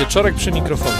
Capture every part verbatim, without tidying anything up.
Wieczorek przy mikrofonie.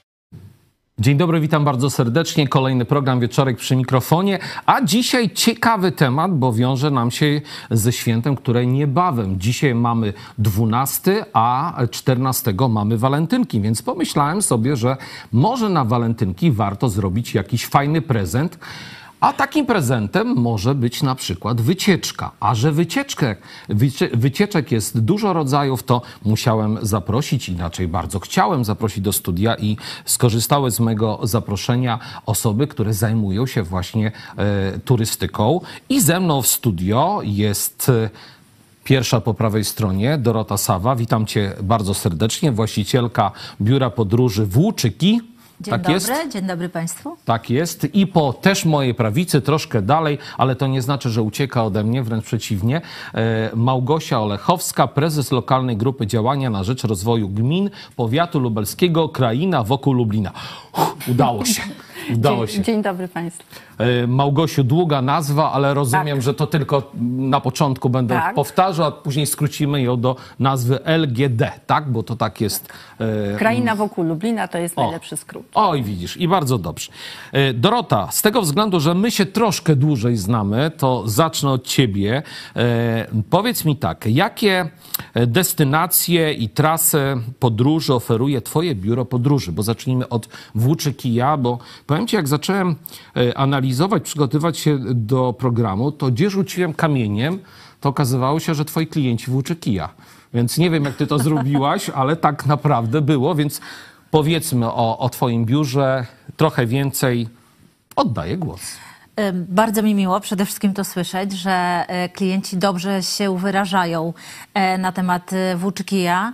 Dzień dobry, witam bardzo serdecznie. Kolejny program Wieczorek przy mikrofonie. A dzisiaj ciekawy temat, bo wiąże nam się ze świętem, które niebawem. Dzisiaj mamy dwunastego, a czternastego mamy walentynki, więc pomyślałem sobie, że może na walentynki warto zrobić jakiś fajny prezent. A takim prezentem może być na przykład wycieczka. A że wycieczkę, wycie, wycieczek jest dużo rodzajów, to musiałem zaprosić, inaczej bardzo chciałem zaprosić do studia i skorzystały z mego zaproszenia osoby, które zajmują się właśnie e, turystyką. I ze mną w studio jest e, pierwsza po prawej stronie Dorota Sawa. Witam cię bardzo serdecznie, właścicielka biura podróży Włóczyki. Dzień tak dobry, jest? dzień dobry Państwu. Tak jest. I po też mojej prawicy, troszkę dalej, ale to nie znaczy, że ucieka ode mnie, wręcz przeciwnie, e, Małgosia Olechowska, prezes lokalnej grupy działania na rzecz rozwoju gmin powiatu lubelskiego, kraina wokół Lublina. Uff, udało się. Udało dzień, się. Dzień dobry Państwu. E, Małgosiu, długa nazwa, ale rozumiem, tak. że to tylko na początku będę tak. powtarzał, a później skrócimy ją do nazwy L G D, tak? Bo to tak jest. E, Kraina wokół Lublina to jest o, najlepszy skrót. Oj, widzisz, i bardzo dobrze. E, Dorota, z tego względu, że my się troszkę dłużej znamy, to zacznę od ciebie. E, powiedz mi tak, jakie destynacje i trasy podróży oferuje twoje biuro podróży? Bo zacznijmy od Włóczykija, bo powiem ci, jak zacząłem analizować, przygotowywać się do programu, to gdzie rzuciłem kamieniem, to okazywało się, że twoi klienci Włóczykija. Więc nie wiem, jak ty to zrobiłaś, ale tak naprawdę było, więc powiedzmy o, o twoim biurze trochę więcej. Oddaję głos. Bardzo mi miło przede wszystkim to słyszeć, że klienci dobrze się wyrażają na temat Włóczykija.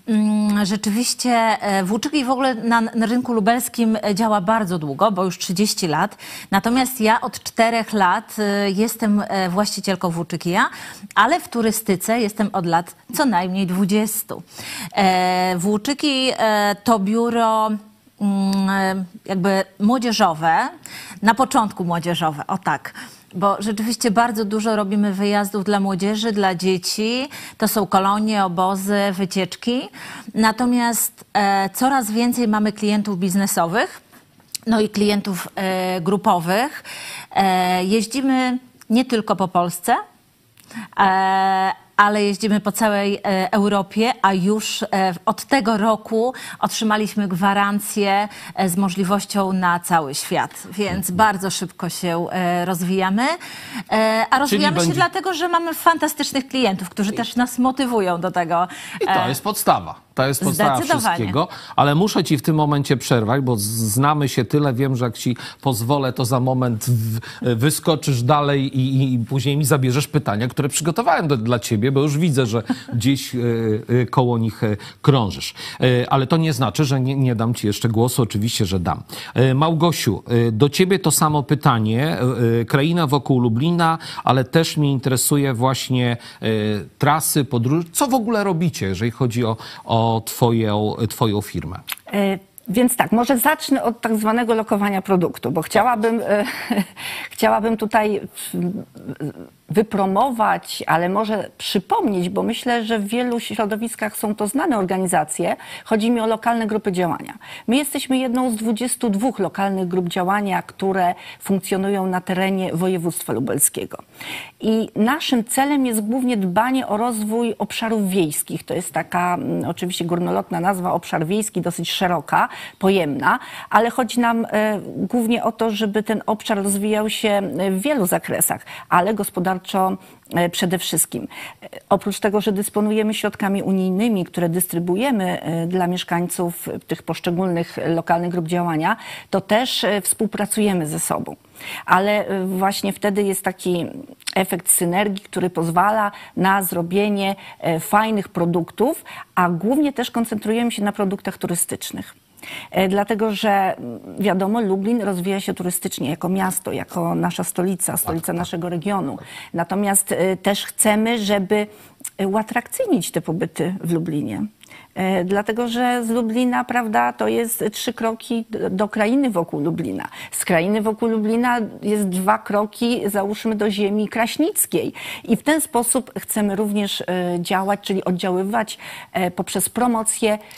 Rzeczywiście Włóczykij w ogóle na, na rynku lubelskim działa bardzo długo, bo już trzydzieści lat. Natomiast ja od czterech lat jestem właścicielką Włóczykija, ale w turystyce jestem od lat co najmniej dwudziestu. Włóczykij to biuro jakby młodzieżowe, na początku młodzieżowe, o tak, bo rzeczywiście bardzo dużo robimy wyjazdów dla młodzieży, dla dzieci, to są kolonie, obozy, wycieczki, natomiast e, coraz więcej mamy klientów biznesowych, no i klientów e, grupowych. E, jeździmy nie tylko po Polsce, e, ale jeździmy po całej Europie, a już od tego roku otrzymaliśmy gwarancję z możliwością na cały świat, więc bardzo szybko się rozwijamy. A rozwijamy będzie... się dlatego, że mamy fantastycznych klientów, którzy też nas motywują do tego. I to jest podstawa. To jest podstawa wszystkiego, ale muszę ci w tym momencie przerwać, bo znamy się tyle, wiem, że jak ci pozwolę, to za moment w, wyskoczysz dalej i, i później mi zabierzesz pytania, które przygotowałem do, dla ciebie, bo już widzę, że gdzieś y, y, koło nich y, krążysz. Y, ale to nie znaczy, że nie, nie dam ci jeszcze głosu, oczywiście, że dam. Y, Małgosiu, y, do ciebie to samo pytanie. Y, kraina wokół Lublina, ale też mnie interesuje właśnie y, trasy, podróży. Co w ogóle robicie, jeżeli chodzi o, o Twoją, twoją firmę? E, więc tak, może zacznę od tak zwanego lokowania produktu, bo chciałabym, e, chciałabym tutaj wypromować, ale może przypomnieć, bo myślę, że w wielu środowiskach są to znane organizacje. Chodzi mi o lokalne grupy działania. My jesteśmy jedną z dwudziestu dwóch lokalnych grup działania, które funkcjonują na terenie województwa lubelskiego. I naszym celem jest głównie dbanie o rozwój obszarów wiejskich. To jest taka oczywiście górnolotna nazwa, obszar wiejski, dosyć szeroka, pojemna, ale chodzi nam e, głównie o to, żeby ten obszar rozwijał się w wielu zakresach, ale gospodarczo przede wszystkim. Oprócz tego, że dysponujemy środkami unijnymi, które dystrybuujemy dla mieszkańców tych poszczególnych lokalnych grup działania, to też współpracujemy ze sobą. Ale właśnie wtedy jest taki efekt synergii, który pozwala na zrobienie fajnych produktów, a głównie też koncentrujemy się na produktach turystycznych. Dlatego, że wiadomo, Lublin rozwija się turystycznie jako miasto, jako nasza stolica, stolica naszego regionu. Natomiast też chcemy, żeby uatrakcyjnić te pobyty w Lublinie. Dlatego, że z Lublina, prawda, to jest trzy kroki do krainy wokół Lublina. Z krainy wokół Lublina jest dwa kroki, załóżmy, do ziemi kraśnickiej. I w ten sposób chcemy również działać, czyli oddziaływać poprzez promocję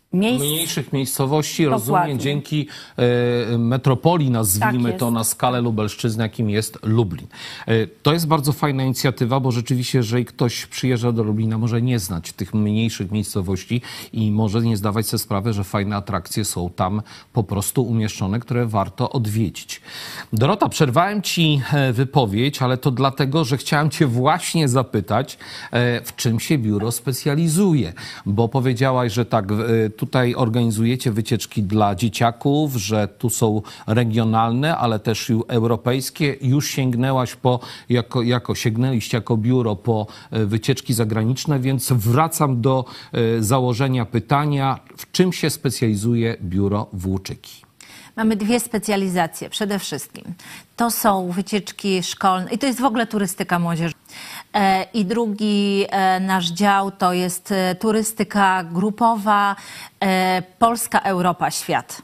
miejsc. Mniejszych miejscowości, Dokładnie. rozumiem, dzięki e, metropolii, nazwijmy Tak to jest. na skalę Lubelszczyzny, jakim jest Lublin. E, to jest bardzo fajna inicjatywa, bo rzeczywiście, jeżeli ktoś przyjeżdża do Lublina, może nie znać tych mniejszych miejscowości i może nie zdawać sobie sprawy, że fajne atrakcje są tam po prostu umieszczone, które warto odwiedzić. Dorota, przerwałem ci e, wypowiedź, ale to dlatego, że chciałem cię właśnie zapytać, e, w czym się biuro specjalizuje, bo powiedziałaś, że tak, e, tutaj organizujecie wycieczki dla dzieciaków, że tu są regionalne, ale też i europejskie. Już sięgnęłaś po, jako, jako sięgnęliście jako biuro po e, wycieczki zagraniczne, więc wracam do e, założenia pytania, w czym się specjalizuje biuro Włóczyki? Mamy dwie specjalizacje przede wszystkim. To są wycieczki szkolne i to jest w ogóle turystyka młodzieży. E, I drugi e, nasz dział to jest e, turystyka grupowa, e, Polska, Europa, świat.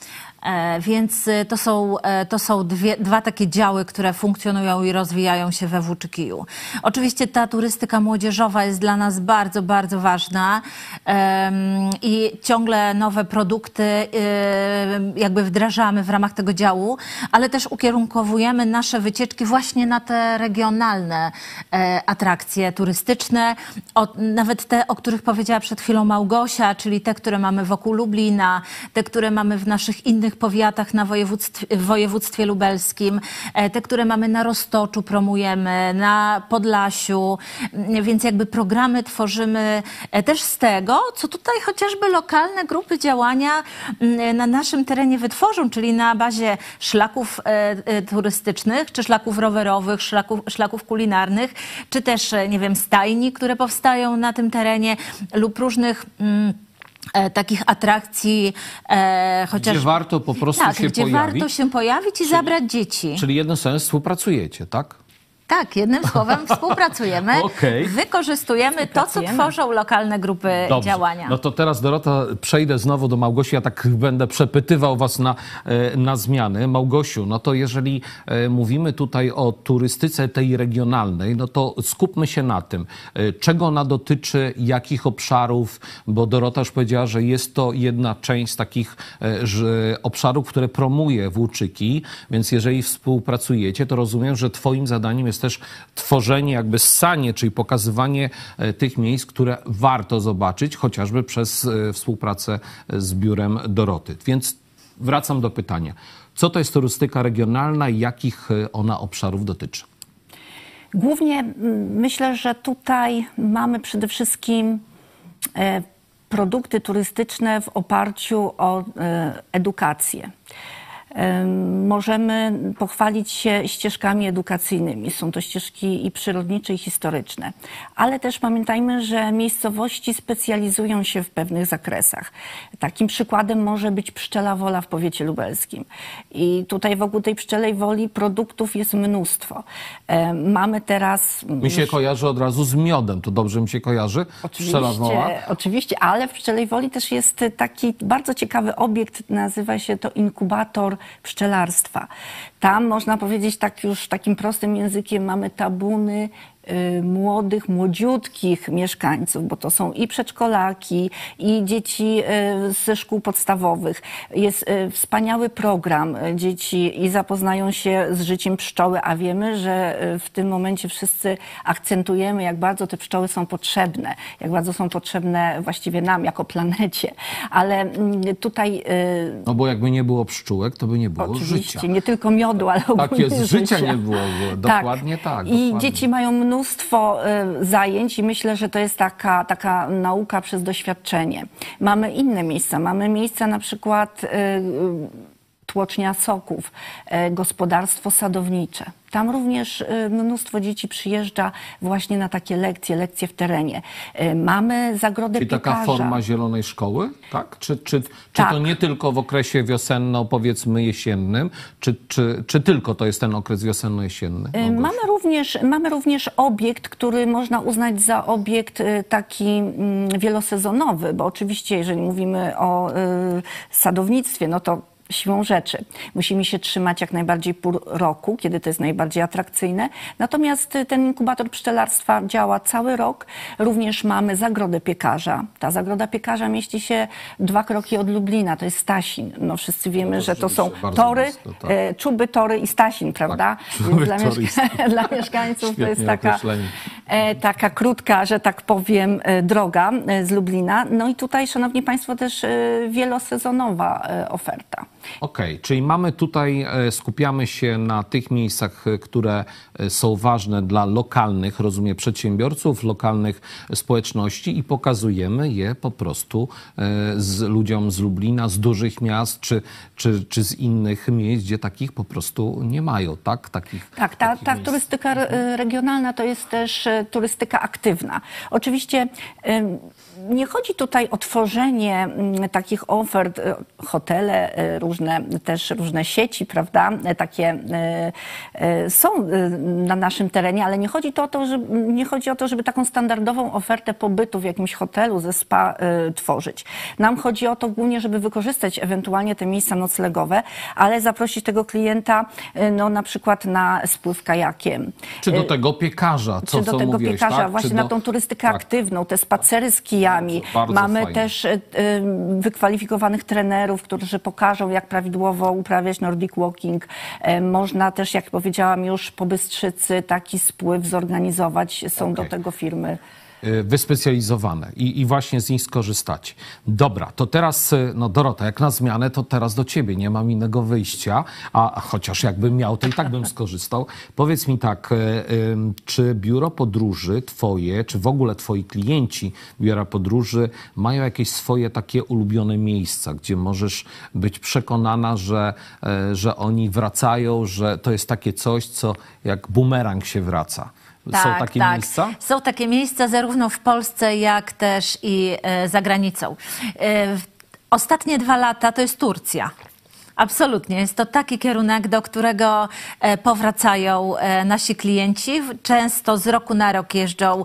E, Więc e, to są, e, to są dwie, dwa takie działy, które funkcjonują i rozwijają się we Włóczykiju. Oczywiście ta turystyka młodzieżowa jest dla nas bardzo, bardzo ważna em, i ciągle nowe produkty em, jakby wdrażamy w ramach tego działu, ale też ukierunkowujemy nasze wycieczki właśnie na te regionalne e, atrakcje turystyczne, o, nawet te, o których powiedziała przed chwilą Małgosia, czyli te, które mamy wokół Lublina, te, które mamy w naszych innych powiatach na województwie, w województwie lubelskim, e, te, które mamy na Roztoczu, promujemy, na Podlasiu, m, więc jakby programy tworzymy e, też z tego, co tutaj chociażby lokalne grupy działania m, na naszym terenie wytworzą, czyli na bazie szlaków e, e, turystycznych, czy szlaków rowerowych, szlaków, szlaków kulinarnych, czy też, e, nie wiem, stajni, które powstają na tym terenie lub różnych mm, E, takich atrakcji, e, chociaż... Gdzie warto po prostu tak, się gdzie pojawić. warto się pojawić i zabrać dzieci. Czyli jednym słowem współpracujecie, tak? Tak, jednym słowem współpracujemy, Okej. wykorzystujemy to, co tworzą lokalne grupy Dobrze. działania. No to teraz, Dorota, przejdę znowu do Małgosi. Ja tak będę przepytywał was na, e, na zmiany. Małgosiu, no to jeżeli e, mówimy tutaj o turystyce tej regionalnej, no to skupmy się na tym, e, czego ona dotyczy, jakich obszarów, bo Dorota już powiedziała, że jest to jedna część z takich e, że, obszarów, które promuje Włóczyki, więc jeżeli współpracujecie, to rozumiem, że twoim zadaniem jest też tworzenie, jakby ssanie, czyli pokazywanie e, tych miejsc, które warto zobaczyć, chociażby przez e, współpracę z biurem Doroty. Więc wracam do pytania. Co to jest turystyka regionalna i jakich e, ona obszarów dotyczy? Głównie mm, myślę, że tutaj mamy przede wszystkim e, produkty turystyczne w oparciu o e, edukację. Możemy pochwalić się ścieżkami edukacyjnymi. Są to ścieżki i przyrodnicze, i historyczne. Ale też pamiętajmy, że miejscowości specjalizują się w pewnych zakresach. Takim przykładem może być Pszczela Wola w powiecie lubelskim. I tutaj wokół tej Pszczelej Woli produktów jest mnóstwo. Mamy teraz... Mi się już... kojarzy od razu z miodem. To dobrze mi się kojarzy? Pszczela Woła? Oczywiście, oczywiście, ale w Pszczelej Woli też jest taki bardzo ciekawy obiekt, nazywa się to inkubator pszczelarstwa. Tam można powiedzieć tak już takim prostym językiem mamy tabuny y, młodych, młodziutkich mieszkańców, bo to są i przedszkolaki, i dzieci y, ze szkół podstawowych. Jest y, wspaniały program. Dzieci i zapoznają się z życiem pszczoły, a wiemy, że y, w tym momencie wszyscy akcentujemy, jak bardzo te pszczoły są potrzebne, jak bardzo są potrzebne właściwie nam jako planecie. Ale y, tutaj... Y, No bo jakby nie było pszczółek, to by nie było Oczywiście, życia. nie tylko miodu, ale ogólnie Tak jest, życia życia. nie było. Dokładnie tak. I dokładnie. dzieci mają mnóstwo y, zajęć i myślę, że to jest taka, taka nauka przez doświadczenie. Mamy inne miejsca. Mamy miejsca na przykład y, y, tłocznia soków, y, gospodarstwo sadownicze. Tam również y, mnóstwo dzieci przyjeżdża właśnie na takie lekcje, lekcje w terenie. Y, mamy zagrodę Czyli taka piekarza. forma zielonej szkoły, tak? Czy, czy, czy Tak. to nie tylko w okresie wiosenno, powiedzmy jesiennym, czy, czy, czy tylko to jest ten okres wiosenno-jesienny? Y, Małgosiu? Mamy również, mamy również obiekt, który można uznać za obiekt y, taki mm, wielosezonowy, bo oczywiście jeżeli mówimy o y, sadownictwie, no to siłą rzeczy. Musimy się trzymać jak najbardziej pół roku, kiedy to jest najbardziej atrakcyjne. Natomiast ten inkubator pszczelarstwa działa cały rok. Również mamy zagrodę piekarza. Ta zagroda piekarza mieści się dwa kroki od Lublina. To jest Stasin. No wszyscy wiemy, No, że to są bardzo tory, blisko, tak. e, Czuby, Tory i Stasin, prawda? Tak, Więc dla, tory i mieszka dla mieszkańców to jest Świetnie taka, określenie. e, taka krótka, że tak powiem, e, droga e, z Lublina. No i tutaj, szanowni państwo, też e, wielosezonowa e, oferta. Okej, okay, czyli mamy tutaj, e, skupiamy się na tych miejscach, e, które e, są ważne dla lokalnych, rozumiem, przedsiębiorców, lokalnych społeczności i pokazujemy je po prostu e, z ludziom z Lublina, z dużych miast, czy, czy, czy z innych miejsc, gdzie takich po prostu nie mają, tak? Takich, tak, ta, takich ta miejsc. turystyka re- regionalna to jest też e, turystyka aktywna. Oczywiście e, nie chodzi tutaj o tworzenie m, takich ofert, e, hotele, e, różne, też różne sieci, prawda, e, takie e, e, są e, na naszym terenie, ale nie chodzi to o to, że, nie chodzi o to, żeby taką standardową ofertę pobytu w jakimś hotelu ze spa e, tworzyć. Nam chodzi o to głównie, żeby wykorzystać ewentualnie te miejsca noclegowe, ale zaprosić tego klienta e, no, na przykład na spływ kajakiem. Czy do tego piekarza, co, Czy do co tego mówiłeś, piekarza, tak? właśnie Czy na do... tą turystykę tak. aktywną, te spacery z kijami. Bardzo, bardzo Mamy fajnie. też y, wykwalifikowanych trenerów, którzy pokażą, jak prawidłowo uprawiać Nordic Walking. Y, można też, jak powiedziałam już, po Bystrzycy taki spływ zorganizować. Są Okay. do tego firmy. Wyspecjalizowane i, i właśnie z nich skorzystacie. Dobra, to teraz, no Dorota, jak na zmianę, to teraz do ciebie. Nie mam innego wyjścia, a chociaż jakbym miał, to i tak bym skorzystał. Powiedz mi tak, y, y, czy biuro podróży twoje, czy w ogóle twoi klienci biura podróży mają jakieś swoje takie ulubione miejsca, gdzie możesz być przekonana, że, y, że oni wracają, że to jest takie coś, co jak bumerang się wraca. Tak, Są takie tak. miejsca? Są takie miejsca zarówno w Polsce, jak też i e, za granicą. E, ostatnie dwa lata to jest Turcja. Absolutnie. Jest to taki kierunek, do którego e, powracają e, nasi klienci. Często z roku na rok jeżdżą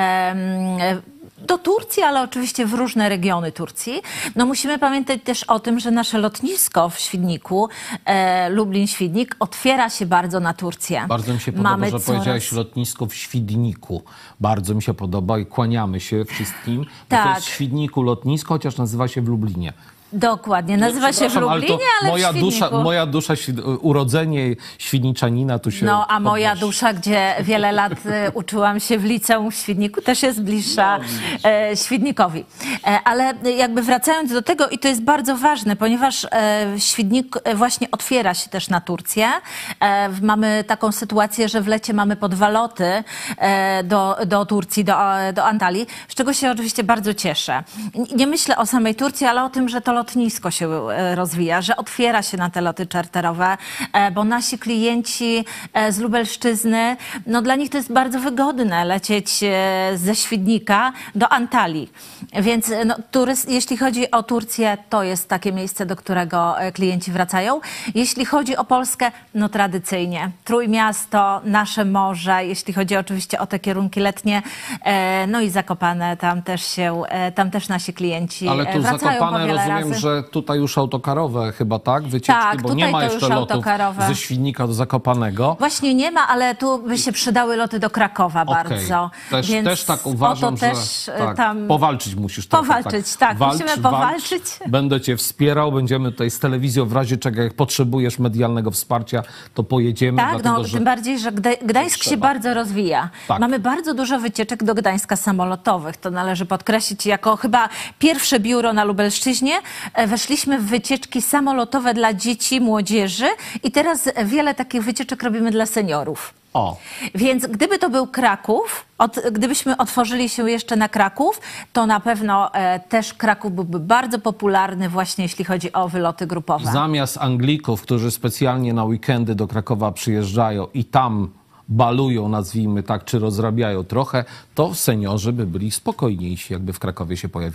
e, do Turcji, ale oczywiście w różne regiony Turcji. No musimy pamiętać też o tym, że nasze lotnisko w Świdniku, e, Lublin-Świdnik, otwiera się bardzo na Turcję. Bardzo mi się podoba, Mamy że coraz... powiedziałeś lotnisko w Świdniku. Bardzo mi się podoba i kłaniamy się wszystkim. Tak. Bo to jest w Świdniku lotnisko, chociaż nazywa się w Lublinie. Dokładnie. Nazywa się w Przepraszam, Lublinie, ale, to moja w Świdniku. dusza, moja dusza, urodzenie świdniczanina tu się No, a moja podnosi. dusza, gdzie wiele lat e, uczyłam się w liceum w Świdniku, też jest bliższa e, Świdnikowi. E, ale jakby wracając do tego, i to jest bardzo ważne, ponieważ e, Świdnik właśnie otwiera się też na Turcję. E, mamy taką sytuację, że w lecie mamy podwaloty e, do, do Turcji, do, do Antalii, z czego się oczywiście bardzo cieszę. Nie myślę o samej Turcji, ale o tym, że to lotnisko się rozwija, że otwiera się na te loty czarterowe, bo nasi klienci z Lubelszczyzny, no dla nich to jest bardzo wygodne lecieć ze Świdnika do Antalii. Więc no, turyst, jeśli chodzi o Turcję, to jest takie miejsce, do którego klienci wracają. Jeśli chodzi o Polskę, no tradycyjnie. Trójmiasto, nasze morze, jeśli chodzi oczywiście o te kierunki letnie, no i Zakopane, tam też się, tam też nasi klienci Ale tu wracają po Zakopane, wiele rozumiem, razy. że tutaj już autokarowe chyba, tak? Wycieczki, Tak, bo tutaj nie ma to jeszcze już lotów autokarowe. ze Świdnika do Zakopanego. Właśnie nie ma, ale tu by się przydały loty do Krakowa Okej. bardzo. Też, Więc też tak uważam, o to że też tak, tam powalczyć musisz trochę. powalczyć, tak. Walcz, Musimy walcz. powalczyć. Będę cię wspierał, będziemy tutaj z telewizją w razie czego, jak potrzebujesz medialnego wsparcia, to pojedziemy. Tak, dlatego, no, że... tym bardziej, że Gda- Gdańsk się trzeba. bardzo rozwija. Tak. Mamy bardzo dużo wycieczek do Gdańska samolotowych. To należy podkreślić. Jako chyba pierwsze biuro na Lubelszczyźnie e, weszliśmy w wycieczki samolotowe dla dzieci, młodzieży i teraz wiele takich wycieczek robimy dla seniorów. O, Więc gdyby to był Kraków, od, gdybyśmy otworzyli się jeszcze na Kraków, to na pewno e, też Kraków byłby bardzo popularny właśnie jeśli chodzi o wyloty grupowe. zamiast Anglików, którzy specjalnie na weekendy do Krakowa przyjeżdżają i tam balują, nazwijmy tak, czy rozrabiają trochę, to seniorzy by byli spokojniejsi, jakby w Krakowie się pojawili.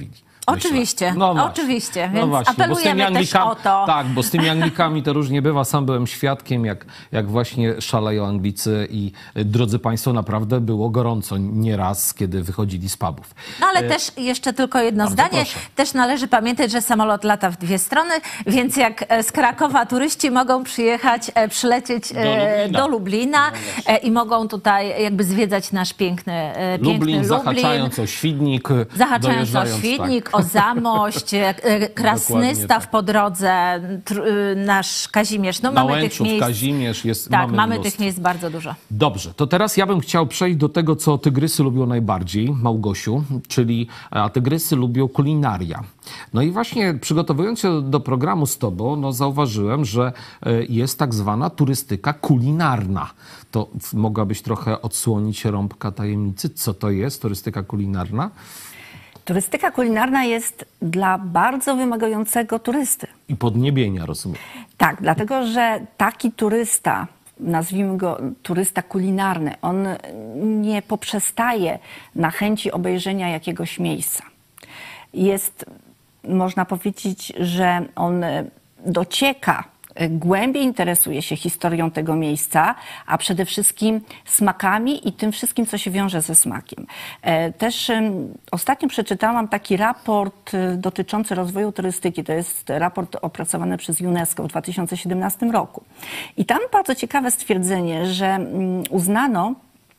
Oczywiście, No właśnie. oczywiście, No więc właśnie, bo z tymi apelujemy też Anglikami- o to. Tak, bo z tymi Anglikami to różnie bywa. Sam byłem świadkiem, jak, jak właśnie szaleją Anglicy i y, drodzy Państwo, naprawdę było gorąco nieraz, kiedy wychodzili z pubów. No ale też jeszcze tylko jedno Bardzo zdanie. proszę. Też należy pamiętać, że samolot lata w dwie strony, więc jak e, z Krakowa turyści mogą przyjechać, e, przylecieć e, Lublina. do Lublina e, i mogą tutaj jakby zwiedzać nasz piękny, e, piękny Lublin, Lublin. zahaczając o Świdnik, Zahaczając o dojeżdżając, Świdnik, tak. o Zamość, e, e, Krasnystaw tak. po drodze, tr, e, nasz Kazimierz. No mamy tych Nałęczów, miejsc. Kazimierz, jest, Tak, mamy, mamy mnóstwo. tych miejsc bardzo dużo. Dobrze, to teraz ja bym chciał przejść do tego, co tygrysy lubią najbardziej, Małgosiu, czyli a tygrysy lubią kulinaria. No i właśnie przygotowując się do programu z Tobą, no zauważyłem, że e, jest tak zwana turystyka kulinarna. To f- mogłabyś trochę odsłonić rąbka tajemnicy, co to jest turystyka kulinarna? Turystyka kulinarna jest dla bardzo wymagającego turysty. I podniebienia, rozumiem. Tak, dlatego że taki turysta, nazwijmy go turysta kulinarny, on nie poprzestaje na chęci obejrzenia jakiegoś miejsca. Jest, można powiedzieć, że on docieka, głębiej interesuje się historią tego miejsca, a przede wszystkim smakami i tym wszystkim, co się wiąże ze smakiem. E, Też em, ostatnio przeczytałam taki raport e, dotyczący rozwoju turystyki. To jest raport opracowany przez UNESCO w dwa tysiące siedemnastym roku. I tam bardzo ciekawe stwierdzenie, że mm, uznano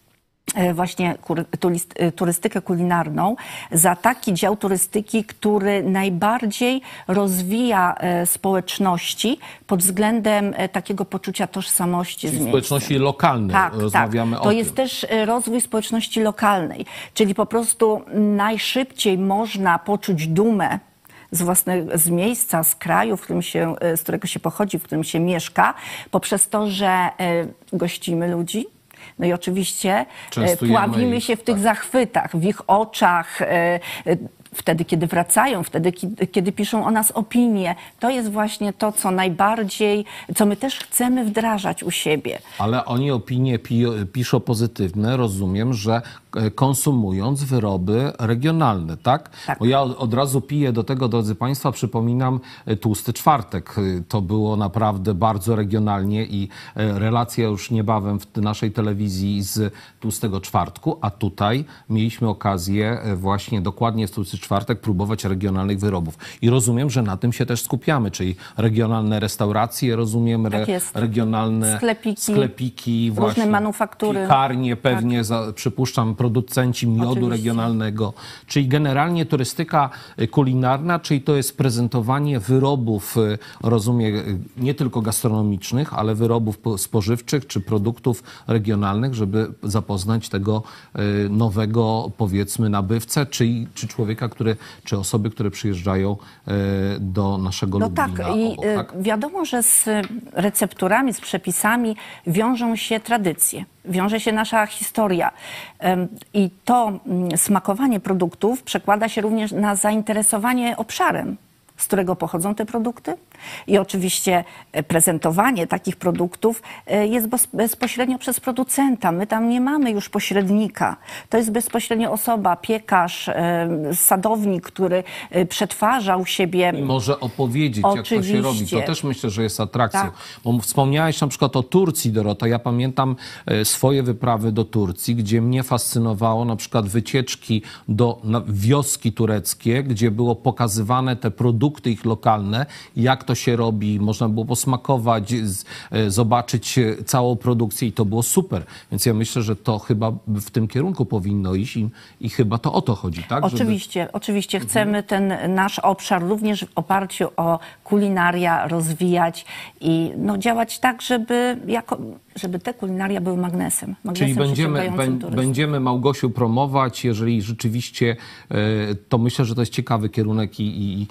e, właśnie kur- turist- e, turystykę kulinarną za taki dział turystyki, który najbardziej rozwija e, społeczności pod względem e, takiego poczucia tożsamości z Czyli miejscem. społeczności lokalne, Tak, rozmawiamy tak. o To tym. jest też e, rozwój społeczności lokalnej, czyli po prostu najszybciej można poczuć dumę z własnego, z miejsca, z kraju, w którym się, e, z którego się pochodzi, w którym się mieszka, poprzez to, że e, gościmy ludzi. No i oczywiście e, Częstujemy pławimy ich, się w tych tak. zachwytach, w ich oczach, e, e, wtedy, kiedy wracają, wtedy, kiedy, kiedy piszą o nas opinie. To jest właśnie to, co najbardziej, co my też chcemy wdrażać u siebie. Ale oni opinie pi piszą pozytywne, rozumiem, że e, konsumując wyroby regionalne, tak? Tak. Bo ja od od razu piję do tego, drodzy Państwa, przypominam e, Tłusty Czwartek. E, To było naprawdę bardzo regionalnie i e, relacja już niebawem w naszej telewizji z Tłustego Czwartku, a tutaj mieliśmy okazję e, właśnie dokładnie w Tłusty Czwartek próbować regionalnych wyrobów. I rozumiem, że na tym się też skupiamy, czyli regionalne restauracje, rozumiem, re, Tak jest. regionalne Sklepiki, sklepiki, różne właśnie, manufaktury. piekarnie, pewnie, za, przypuszczam, producenci miodu Oczywiście. regionalnego. Czyli generalnie turystyka y, kulinarna, czyli to jest prezentowanie wyrobów, y, rozumiem, y, nie tylko gastronomicznych, ale wyrobów po- spożywczych czy produktów regionalnych, żeby zapoznać tego y, nowego, powiedzmy, nabywcę, czy, czy człowieka, który, czy osoby, które przyjeżdżają y, do naszego No Lublina. tak, i obok, y, tak? wiadomo, że z recepturami, z przepisami wiążą się tradycje, wiąże się nasza historia. Ym, I to mm, smakowanie produktów przekłada się również na zainteresowanie obszarem, z którego pochodzą te produkty. I oczywiście e, prezentowanie takich produktów e, jest bez, bezpośrednio przez producenta. My tam nie mamy już pośrednika. To jest bezpośrednio osoba, piekarz, e, sadownik, który e, przetwarza u siebie. I może opowiedzieć, jak to się robi. Oczywiście. To też myślę, że jest atrakcją. Tak. Bo wspomniałeś na przykład o Turcji, Dorota. Ja pamiętam e, swoje wyprawy do Turcji, gdzie mnie fascynowało na przykład wycieczki do na, wioski tureckie, gdzie było pokazywane te produkty ich lokalne, jak to się robi, można było posmakować, z, e, zobaczyć e, całą produkcję i to było super. Więc ja myślę, że to chyba w tym kierunku powinno iść i, i chyba to o to chodzi, tak? Żeby- Oczywiście, oczywiście chcemy ten nasz obszar również w oparciu o kulinaria rozwijać i no, działać tak, żeby, jako, żeby te kulinaria były magnesem. magnesem Czyli będziemy, przyciągającym bę- turystów. będziemy Małgosiu promować, jeżeli rzeczywiście, e, to myślę, że to jest ciekawy kierunek i, i, i będziemy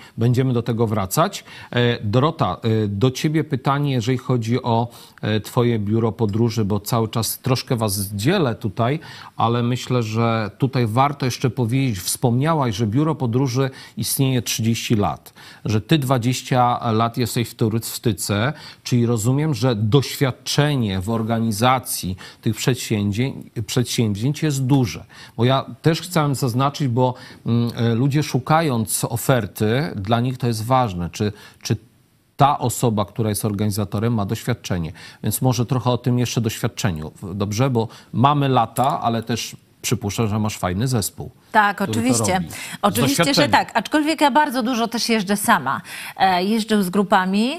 będziemy do tego wracać. Dorota, do ciebie pytanie, jeżeli chodzi o twoje biuro podróży, bo cały czas troszkę was dzielę tutaj, ale myślę, że tutaj warto jeszcze powiedzieć, wspomniałaś, że biuro podróży istnieje trzydzieści lat, że ty dwadzieścia lat jesteś w turystyce, czyli rozumiem, że doświadczenie w organizacji tych przedsięwzięć, przedsięwzięć jest duże. Bo ja też chciałem zaznaczyć, bo mm, ludzie szukając oferty, dla nich to jest ważne, czy, czy ta osoba, która jest organizatorem, ma doświadczenie. Więc może trochę o tym jeszcze doświadczeniu. Dobrze, bo mamy lata, ale też przypuszczam, że masz fajny zespół. Tak, oczywiście. Oczywiście, że tak. Aczkolwiek ja bardzo dużo też jeżdżę sama. E, jeżdżę z grupami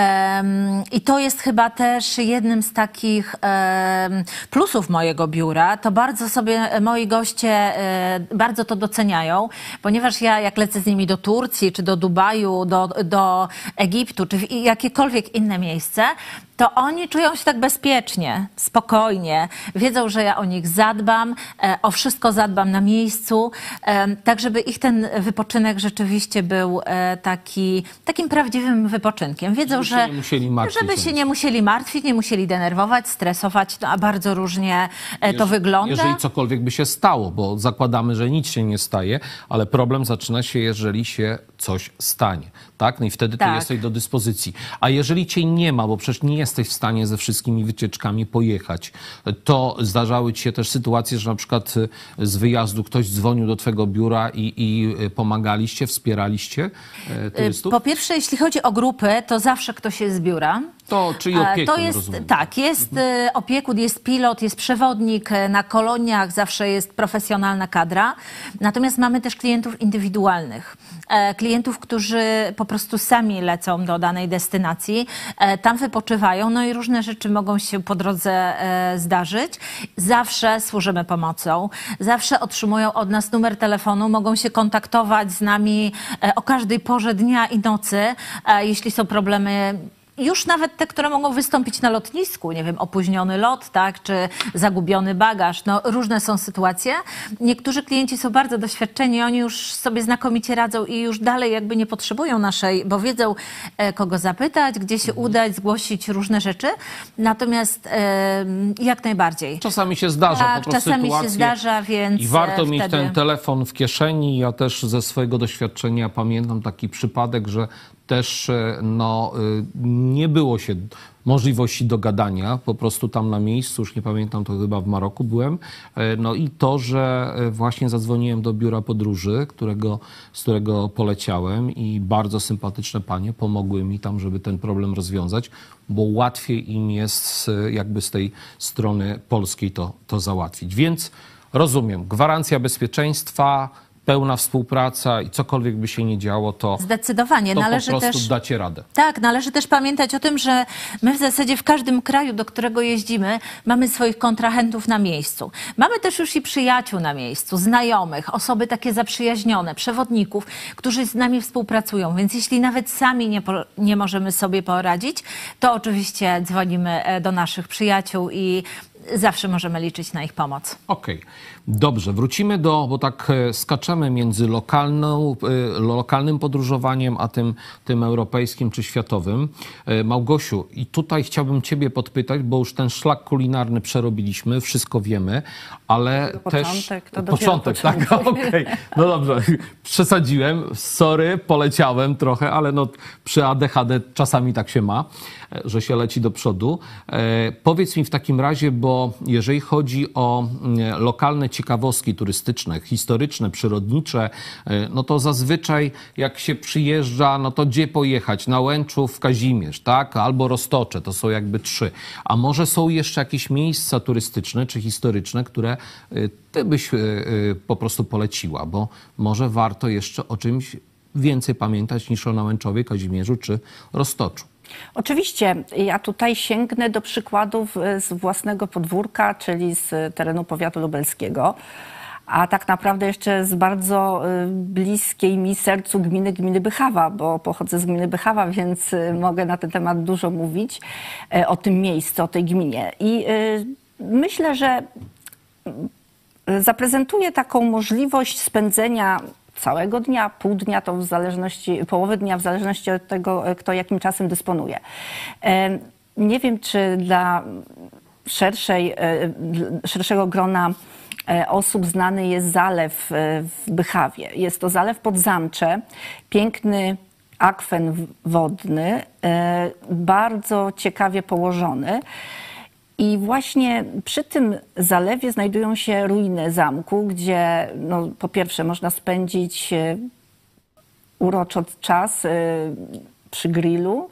e, i to jest chyba też jednym z takich e, plusów mojego biura. To bardzo sobie moi goście e, bardzo to doceniają, ponieważ ja jak lecę z nimi do Turcji, czy do Dubaju, do, do Egiptu, czy w jakiekolwiek inne miejsce, to oni czują się tak bezpiecznie, spokojnie. Wiedzą, że ja o nich zadbam, e, o wszystko zadbam na miejscu, e, tak żeby ich ten wypoczynek rzeczywiście był e, taki, takim prawdziwym wypoczynkiem. Wiedzą, żeby że się nie musieli martwić, żeby się nie musieli martwić, nie musieli denerwować, stresować, no, a bardzo różnie e, to jeżeli, wygląda. Jeżeli cokolwiek by się stało, bo zakładamy, że nic się nie staje, ale problem zaczyna się, jeżeli się coś stanie. Tak? No i wtedy Tak. ty jesteś do dyspozycji. A jeżeli cię nie ma, bo przecież nie jesteś w stanie ze wszystkimi wycieczkami pojechać, to zdarzały ci się też sytuacje, że na przykład z wyjazdu ktoś dzwonił do twojego biura i, i pomagaliście, wspieraliście e, turystów? Po pierwsze, jeśli chodzi o grupy, to zawsze ktoś jest z biura. To, czyli opiekun, To jest, rozumiem. tak, jest mhm. opiekun, jest pilot, jest przewodnik, na koloniach zawsze jest profesjonalna kadra. Natomiast mamy też klientów indywidualnych. Klientów, którzy po prostu sami lecą do danej destynacji, tam wypoczywają, no i różne rzeczy mogą się po drodze zdarzyć. Zawsze służymy pomocą, zawsze otrzymują od nas numer telefonu, mogą się kontaktować z nami o każdej porze dnia i nocy, jeśli są problemy. Już nawet te, które mogą wystąpić na lotnisku, nie wiem, opóźniony lot, tak, czy zagubiony bagaż, no różne są sytuacje. Niektórzy klienci są bardzo doświadczeni, oni już sobie znakomicie radzą i już dalej jakby nie potrzebują naszej, bo wiedzą, e, kogo zapytać, gdzie się udać, zgłosić różne rzeczy. Natomiast e, jak najbardziej. Czasami się zdarza Tak, po prostu czasami sytuacje się zdarza, więc i warto e, mieć wtedy... ten telefon w kieszeni. Ja też ze swojego doświadczenia pamiętam taki przypadek, że też no, nie było się możliwości dogadania, po prostu tam na miejscu, już nie pamiętam, to chyba w Maroku byłem. No i to, że właśnie zadzwoniłem do biura podróży, którego, z którego poleciałem i bardzo sympatyczne panie pomogły mi tam, żeby ten problem rozwiązać, bo łatwiej im jest jakby z tej strony polskiej to, to załatwić. Więc rozumiem, gwarancja bezpieczeństwa, pełna współpraca i cokolwiek by się nie działo, to, Zdecydowanie. to należy po prostu też, dacie radę. Tak, należy też pamiętać o tym, że my w zasadzie w każdym kraju, do którego jeździmy, mamy swoich kontrahentów na miejscu. Mamy też już i przyjaciół na miejscu, znajomych, osoby takie zaprzyjaźnione, przewodników, którzy z nami współpracują. Więc jeśli nawet sami nie, po, nie możemy sobie poradzić, to oczywiście dzwonimy do naszych przyjaciół i zawsze możemy liczyć na ich pomoc. Okej, okay. Dobrze, wrócimy do, bo tak skaczemy między lokalną, lokalnym podróżowaniem, a tym, tym europejskim czy światowym. Małgosiu, i tutaj chciałbym ciebie podpytać, bo już ten szlak kulinarny przerobiliśmy, wszystko wiemy, ale to też... Początek, to początek, początek, tak? Okej, okay. No dobrze, przesadziłem, sorry, poleciałem trochę, ale no przy A D H D czasami tak się ma, że się leci do przodu. E, powiedz mi w takim razie, bo jeżeli chodzi o lokalne ciekawostki turystyczne, historyczne, przyrodnicze, no to zazwyczaj jak się przyjeżdża, no to gdzie pojechać? Na Łęczów, Kazimierz, tak? Albo Roztocze, to są jakby trzy. A może są jeszcze jakieś miejsca turystyczne czy historyczne, które ty byś po prostu poleciła, bo może warto jeszcze o czymś więcej pamiętać niż o Nałęczowie, Kazimierzu czy Roztoczu. Oczywiście, ja tutaj sięgnę do przykładów z własnego podwórka, czyli z terenu powiatu lubelskiego, a tak naprawdę jeszcze z bardzo bliskiej mi sercu gminy, gminy Bychawa, bo pochodzę z gminy Bychawa, więc mogę na ten temat dużo mówić, o tym miejscu, o tej gminie. I myślę, że zaprezentuję taką możliwość spędzenia całego dnia, pół dnia, to w zależności, połowy dnia, w zależności od tego, kto jakim czasem dysponuje. Nie wiem, czy dla szerszej, szerszego grona osób znany jest zalew w Bychawie. Jest to zalew pod Zamcze, piękny akwen wodny, bardzo ciekawie położony. I właśnie przy tym zalewie znajdują się ruiny zamku, gdzie no, po pierwsze można spędzić uroczo czas przy grillu,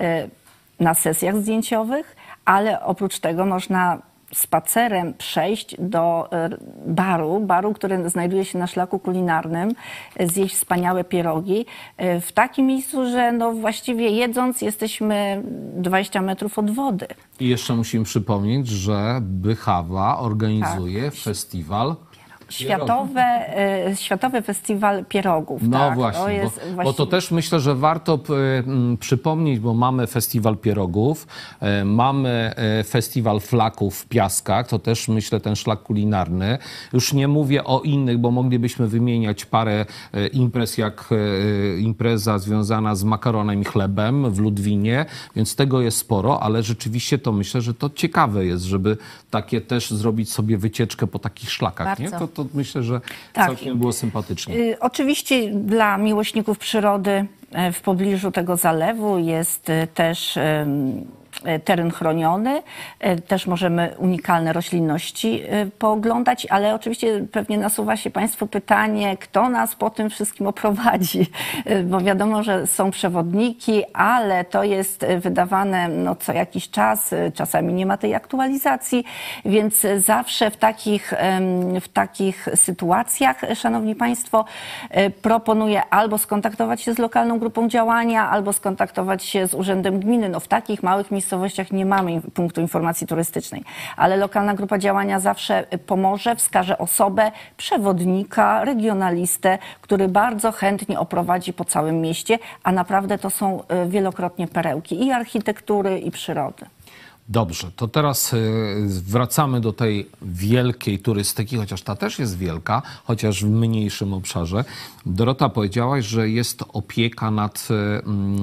na sesjach zdjęciowych, ale oprócz tego można spacerem przejść do baru, baru, który znajduje się na szlaku kulinarnym, zjeść wspaniałe pierogi w takim miejscu, że no właściwie jedząc jesteśmy dwadzieścia metrów od wody. I jeszcze musimy przypomnieć, że Bychawa organizuje tak. festiwal Światowe, y, Światowy Festiwal Pierogów. No tak, właśnie, to bo, właściwie... bo to też myślę, że warto p, m, przypomnieć, bo mamy Festiwal Pierogów, y, mamy y, Festiwal Flaków w Piaskach, to też myślę ten szlak kulinarny. Już nie mówię o innych, bo moglibyśmy wymieniać parę y, imprez, jak y, impreza związana z makaronem i chlebem w Ludwinie, więc tego jest sporo, ale rzeczywiście to myślę, że to ciekawe jest, żeby takie też zrobić sobie wycieczkę po takich szlakach. Nie? To, to myślę, że tak. całkiem było sympatycznie. Y, oczywiście dla miłośników przyrody w pobliżu tego zalewu jest też y, teren chroniony, też możemy unikalne roślinności pooglądać, ale oczywiście pewnie nasuwa się Państwu pytanie, kto nas po tym wszystkim oprowadzi, bo wiadomo, że są przewodniki, ale to jest wydawane no, co jakiś czas, czasami nie ma tej aktualizacji, więc zawsze w takich, w takich sytuacjach, Szanowni Państwo, proponuję albo skontaktować się z lokalną grupą działania, albo skontaktować się z Urzędem Gminy. No, w takich małych miejscowościach nie mamy punktu informacji turystycznej, ale lokalna grupa działania zawsze pomoże, wskaże osobę, przewodnika, regionalistę, który bardzo chętnie oprowadzi po całym mieście, a naprawdę to są wielokrotnie perełki i architektury, i przyrody. Dobrze, to teraz wracamy do tej wielkiej turystyki, chociaż ta też jest wielka, chociaż w mniejszym obszarze. Dorota, powiedziałaś, że jest opieka nad... Mm,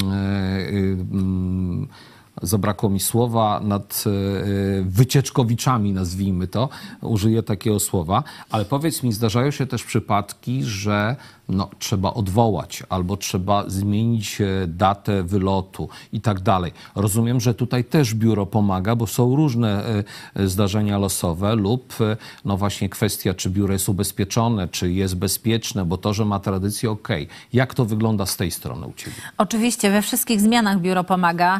mm, zabrakło mi słowa, nad wycieczkowiczami, nazwijmy to, użyję takiego słowa, ale powiedz mi, zdarzają się też przypadki, że no, trzeba odwołać albo trzeba zmienić datę wylotu i tak dalej. Rozumiem, że tutaj też biuro pomaga, bo są różne zdarzenia losowe lub no właśnie kwestia, czy biuro jest ubezpieczone, czy jest bezpieczne, bo to, że ma tradycję, okej. Okay. Jak to wygląda z tej strony u Ciebie? Oczywiście, we wszystkich zmianach biuro pomaga.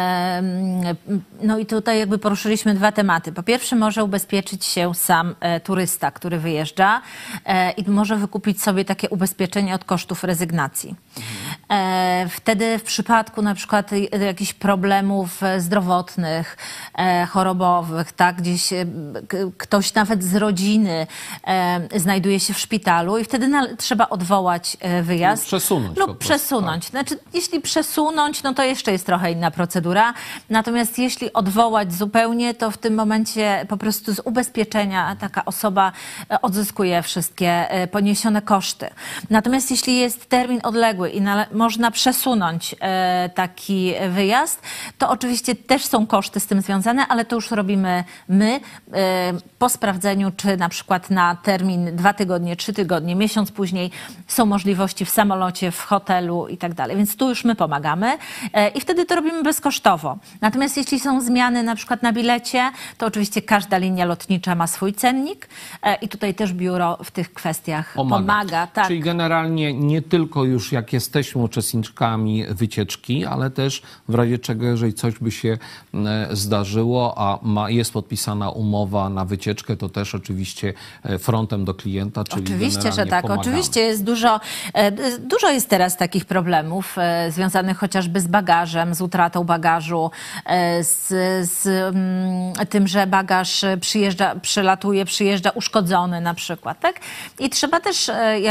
No i tutaj jakby poruszyliśmy dwa tematy. Po pierwsze, może ubezpieczyć się sam turysta, który wyjeżdża i może wykupić sobie takie ubezpieczenie od kosztów rezygnacji. Wtedy w przypadku na przykład jakichś problemów zdrowotnych, chorobowych, tak, gdzieś ktoś nawet z rodziny znajduje się w szpitalu i wtedy trzeba odwołać wyjazd. Lub przesunąć. Lub przesunąć. Tak. Znaczy, jeśli przesunąć, no to jeszcze jest trochę inna procedura. Natomiast jeśli odwołać zupełnie, to w tym momencie po prostu z ubezpieczenia taka osoba odzyskuje wszystkie poniesione koszty. Natomiast jeśli jest termin odległy i można przesunąć e, taki wyjazd, to oczywiście też są koszty z tym związane, ale to już robimy my e, po sprawdzeniu, czy na przykład na termin dwa tygodnie, trzy tygodnie, miesiąc później są możliwości w samolocie, w hotelu i tak dalej. Więc tu już my pomagamy e, i wtedy to robimy bezkosztowo. Natomiast jeśli są zmiany na przykład na bilecie, to oczywiście każda linia lotnicza ma swój cennik e, i tutaj też biuro w tych kwestiach pomaga. pomaga tak. Czyli generalnie nie tylko już jak jesteśmy uczestniczkami wycieczki, ale też w razie czego, jeżeli coś by się zdarzyło, a ma, jest podpisana umowa na wycieczkę, to też oczywiście frontem do klienta, czyli oczywiście, że tak. pomagamy. Oczywiście jest dużo, dużo jest teraz takich problemów związanych chociażby z bagażem, z utratą bagażu, z, z tym, że bagaż przyjeżdża, przylatuje, przyjeżdża uszkodzony na przykład, tak? I trzeba też jakby pomóc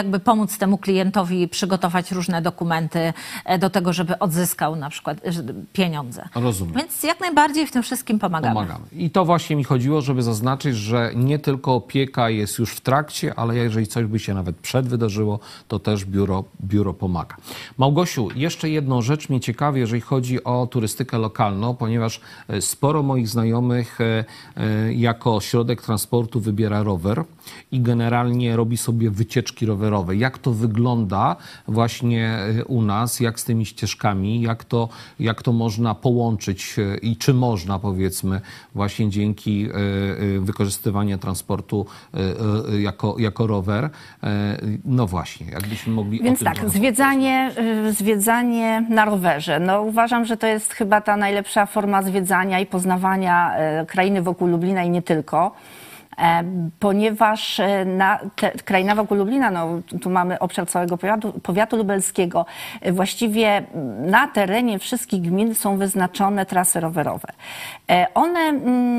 pomóc temu klientowi przygotować różne dokumenty do tego, żeby odzyskał na przykład pieniądze. Rozumiem. Więc jak najbardziej w tym wszystkim pomagamy. Pomagamy. I to właśnie mi chodziło, żeby zaznaczyć, że nie tylko opieka jest już w trakcie, ale jeżeli coś by się nawet przed wydarzyło, to też biuro, biuro pomaga. Małgosiu, jeszcze jedną rzecz mnie ciekawi, jeżeli chodzi o turystykę lokalną, ponieważ sporo moich znajomych jako środek transportu wybiera rower i generalnie robi sobie wycieczki rowerowe. Jak to wygląda właśnie u nas, jak z tymi ścieżkami, jak to, jak to można połączyć i czy można, powiedzmy, właśnie dzięki wykorzystywaniu transportu jako, jako rower. No właśnie, jakbyśmy mogli Więc o tym tak, zwiedzanie, zwiedzanie na rowerze. No uważam, że to jest chyba ta najlepsza forma zwiedzania i poznawania krainy wokół Lublina i nie tylko. Ponieważ na te, kraina wokół Lublina, no, tu mamy obszar całego powiatu, powiatu lubelskiego, właściwie na terenie wszystkich gmin są wyznaczone trasy rowerowe. One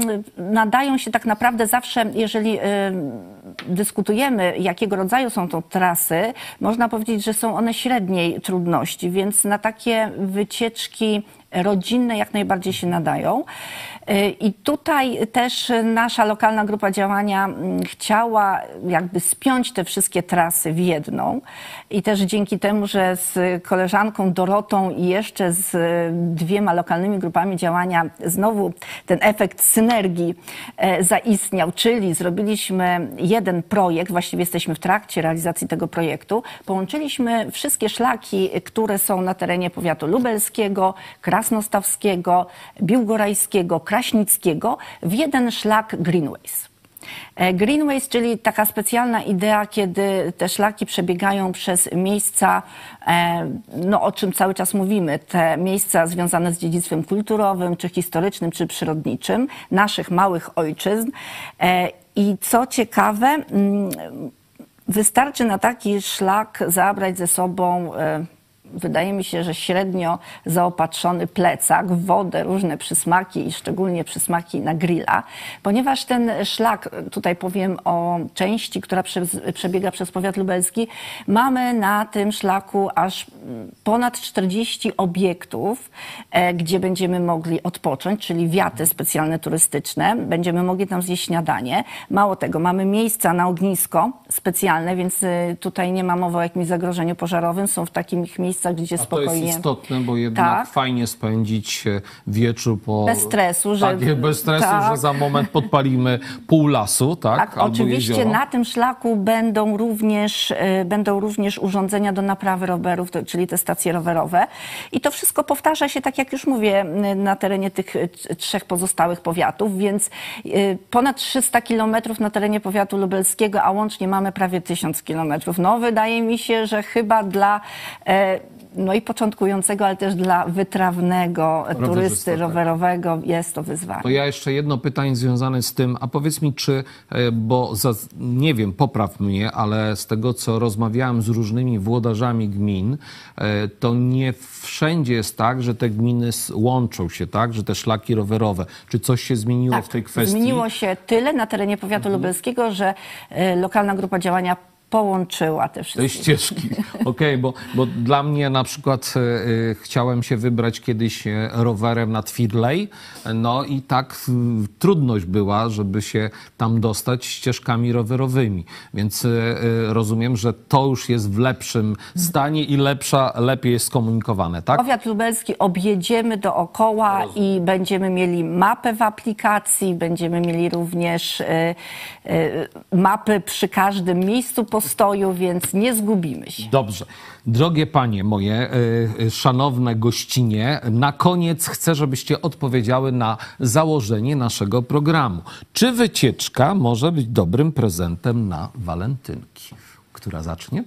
nadają się tak naprawdę zawsze, jeżeli dyskutujemy, jakiego rodzaju są to trasy, można powiedzieć, że są one średniej trudności, więc na takie wycieczki rodzinne jak najbardziej się nadają. I tutaj też nasza lokalna grupa działania chciała jakby spiąć te wszystkie trasy w jedną i też dzięki temu, że z koleżanką Dorotą i jeszcze z dwiema lokalnymi grupami działania znowu ten efekt synergii zaistniał, czyli zrobiliśmy jeden projekt, właściwie jesteśmy w trakcie realizacji tego projektu, połączyliśmy wszystkie szlaki, które są na terenie powiatu lubelskiego, krasnostawskiego, biłgorajskiego, kraśnickiego w jeden szlak Greenways. Greenways, czyli taka specjalna idea, kiedy te szlaki przebiegają przez miejsca, no o czym cały czas mówimy, te miejsca związane z dziedzictwem kulturowym, czy historycznym, czy przyrodniczym, naszych małych ojczyzn. I co ciekawe, wystarczy na taki szlak zabrać ze sobą, wydaje mi się, że średnio zaopatrzony plecak, wodę, różne przysmaki i szczególnie przysmaki na grilla, ponieważ ten szlak, tutaj powiem o części, która przez, przebiega przez powiat lubelski, mamy na tym szlaku aż ponad czterdzieści obiektów, e, gdzie będziemy mogli odpocząć, czyli wiaty specjalne turystyczne, będziemy mogli tam zjeść śniadanie. Mało tego, mamy miejsca na ognisko specjalne, więc y, tutaj nie ma mowy o jakimś zagrożeniu pożarowym, są w takich miejscach, gdzie A spokojnie... to jest istotne, bo jednak tak. fajnie spędzić wieczór po... Bez stresu, że... Tak, bez stresu, tak. że za moment podpalimy pół lasu, tak? Tak, Albo oczywiście jezioro. na tym szlaku będą również, y, będą również urządzenia do naprawy rowerów, to, czyli te stacje rowerowe. I to wszystko powtarza się, tak jak już mówię, y, na terenie tych y, trzech pozostałych powiatów, więc y, ponad trzysta kilometrów na terenie powiatu lubelskiego, a łącznie mamy prawie tysiąc kilometrów. No wydaje mi się, że chyba dla... Y, No i początkującego, ale też dla wytrawnego turysty tak. rowerowego jest to wyzwanie. To ja jeszcze jedno pytanie związane z tym, a powiedz mi, czy, bo za, nie wiem, popraw mnie, ale z tego, co rozmawiałem z różnymi włodarzami gmin, to nie wszędzie jest tak, że te gminy łączą się, tak, że te szlaki rowerowe. Czy coś się zmieniło tak, w tej kwestii? Zmieniło się tyle na terenie powiatu mhm. lubelskiego, że y, lokalna grupa działania połączyła te wszystkie. Te ścieżki. Okej, okay, bo, bo dla mnie na przykład y, chciałem się wybrać kiedyś rowerem nad Firlej, no i tak y, trudność była, żeby się tam dostać ścieżkami rowerowymi. Więc y, rozumiem, że to już jest w lepszym stanie i lepsza, lepiej jest skomunikowane, tak? Powiat lubelski objedziemy dookoła i będziemy mieli mapę w aplikacji, będziemy mieli również y, y, mapy przy każdym miejscu postoju, więc nie zgubimy się. Dobrze. Drogie panie moje, y, szanowne gościnie, na koniec chcę, żebyście odpowiedziały na założenie naszego programu. Czy wycieczka może być dobrym prezentem na walentynki? Która zacznie?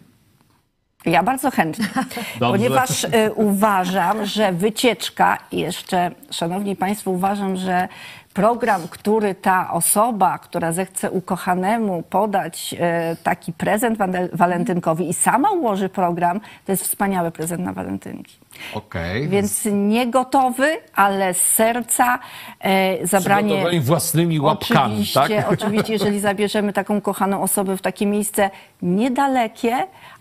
Ja bardzo chętnie, ponieważ y, uważam, że wycieczka, i jeszcze, szanowni państwo, uważam, że program, który ta osoba, która zechce ukochanemu podać e, taki prezent walentynkowy i sama ułoży program, to jest wspaniały prezent na walentynki. Okay. Więc nie gotowy, ale z serca e, zabranie... Przygotowani własnymi łapkami, oczywiście, tak? Oczywiście, jeżeli zabierzemy taką kochaną osobę w takie miejsce niedalekie,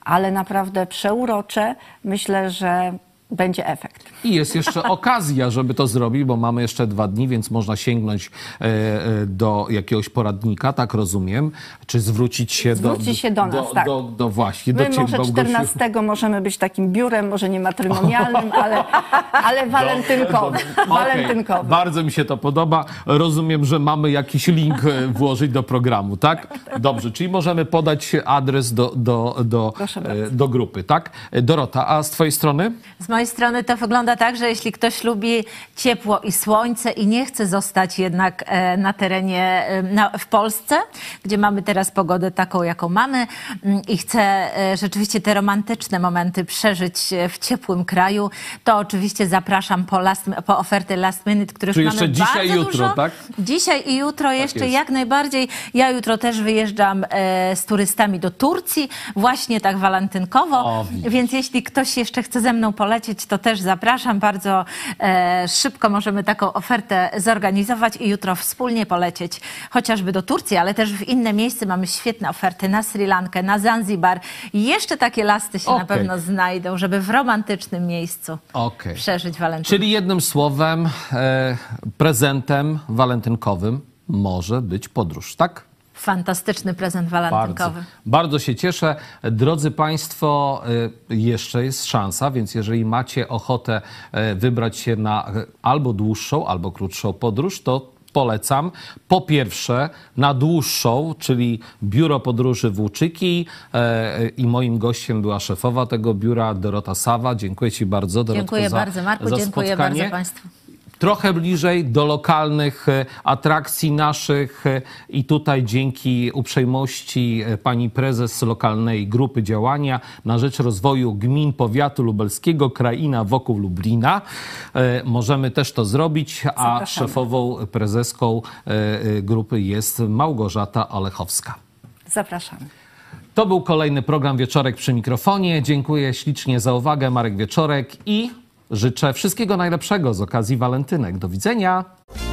ale naprawdę przeurocze. Myślę, że będzie efekt. I jest jeszcze okazja, żeby to zrobić, bo mamy jeszcze dwa dni, więc można sięgnąć e, e, do jakiegoś poradnika, tak rozumiem, czy zwrócić się Zwrócić do... się do nas, do, tak. Do, do właśnie, My do ciebie, może Małgosiu. czternastego możemy być takim biurem, może nie matrymonialnym, ale, ale walentynkowym. Okej, walentynkowym. bardzo mi się to podoba. Rozumiem, że mamy jakiś link e, włożyć do programu, tak? Dobrze, czyli możemy podać adres do, do, do, Proszę e, bardzo. do grupy, tak? Dorota, a z twojej strony? Z mojej strony to wygląda tak, że jeśli ktoś lubi ciepło i słońce i nie chce zostać jednak e, na terenie e, na, w Polsce, gdzie mamy teraz pogodę taką, jaką mamy mm, i chce e, rzeczywiście te romantyczne momenty przeżyć e, w ciepłym kraju, to oczywiście zapraszam po, last, po oferty last minute, których Czyli mamy jeszcze dzisiaj bardzo i jutro, dużo. tak? Dzisiaj i jutro jeszcze jest. jak najbardziej. Ja jutro też wyjeżdżam e, z turystami do Turcji, właśnie tak walentynkowo, O, widzisz. więc jeśli ktoś jeszcze chce ze mną polecieć, to też zapraszam. Bardzo e, szybko możemy taką ofertę zorganizować i jutro wspólnie polecieć chociażby do Turcji, ale też w inne miejsca. Mamy świetne oferty na Sri Lankę, na Zanzibar. I jeszcze takie lasty się Okej. na pewno znajdą, żeby w romantycznym miejscu Okej. przeżyć walentynkę. Czyli jednym słowem, e, prezentem walentynkowym może być podróż, tak? Fantastyczny prezent Bardzo, walentynkowy. bardzo się cieszę. Drodzy Państwo, y, jeszcze jest szansa, więc jeżeli macie ochotę y, wybrać się na y, albo dłuższą, albo krótszą podróż, to polecam. Po pierwsze na dłuższą, czyli Biuro Podróży Włóczyki y, i moim gościem była szefowa tego biura, Dorota Sawa. Dziękuję Ci bardzo, Dorotko, Dziękuję za, bardzo, Marku. za Dziękuję spotkanie. bardzo Państwu. Trochę bliżej do lokalnych e, atrakcji naszych e, i tutaj dzięki uprzejmości e, pani prezes lokalnej grupy działania na rzecz rozwoju gmin powiatu lubelskiego, kraina wokół Lublina. E, Możemy też to zrobić, a Zapraszamy. szefową prezeską e, e, grupy jest Małgorzata Olechowska. Zapraszamy. To był kolejny program Wieczorek przy mikrofonie. Dziękuję ślicznie za uwagę. Marek Wieczorek i życzę wszystkiego najlepszego z okazji walentynek. Do widzenia.